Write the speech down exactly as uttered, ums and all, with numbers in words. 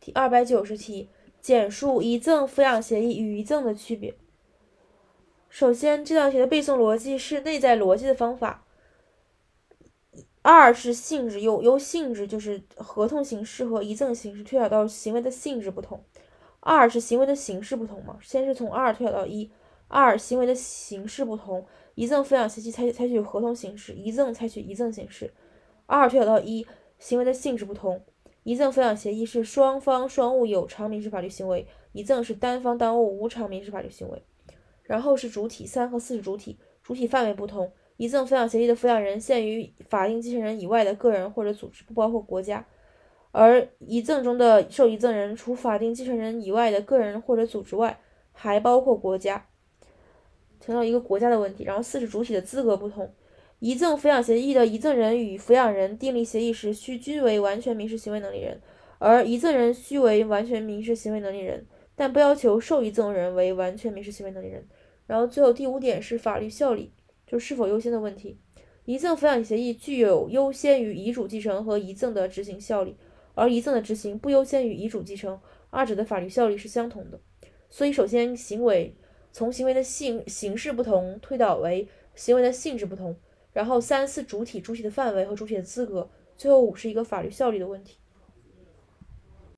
题二百九十题，简述遗赠抚养协议与遗赠的区别。首先，这道题的背诵逻辑是内在逻辑的方法。二是性质，由由性质就是合同形式和遗赠形式推导到行为的性质不同。二是行为的形式不同嘛，先是从二推导到一。二行为的形式不同，遗赠抚养协议采采取合同形式，遗赠采取遗赠形式。二推导到一，行为的性质不同，遗赠抚养协议是双方双务有偿民事法律行为，遗赠是单方单务无偿民事法律行为。然后是主体，三和四是主体，主体范围不同，遗赠抚养协议的抚养人限于法定继承人以外的个人或者组织，不包括国家。而遗赠中的受遗赠人除法定继承人以外的个人或者组织外，还包括国家。强调一个国家的问题。然后四是主体的资格不同，遗赠抚养协议的遗赠人与抚养人订立协议时需均为完全民事行为能力人，而遗赠人需为完全民事行为能力人，但不要求受遗赠人为完全民事行为能力人。然后最后第五点是法律效力，就是是否优先的问题。遗赠抚养协议具有优先于遗嘱继承和遗赠的执行效力，而遗赠的执行不优先于遗嘱继承，二者的法律效力是相同的。所以首先行为从行为的性形式不同推导为行为的性质不同，然后三四主体主体的范围和主体的资格，最后五是一个法律效力的问题。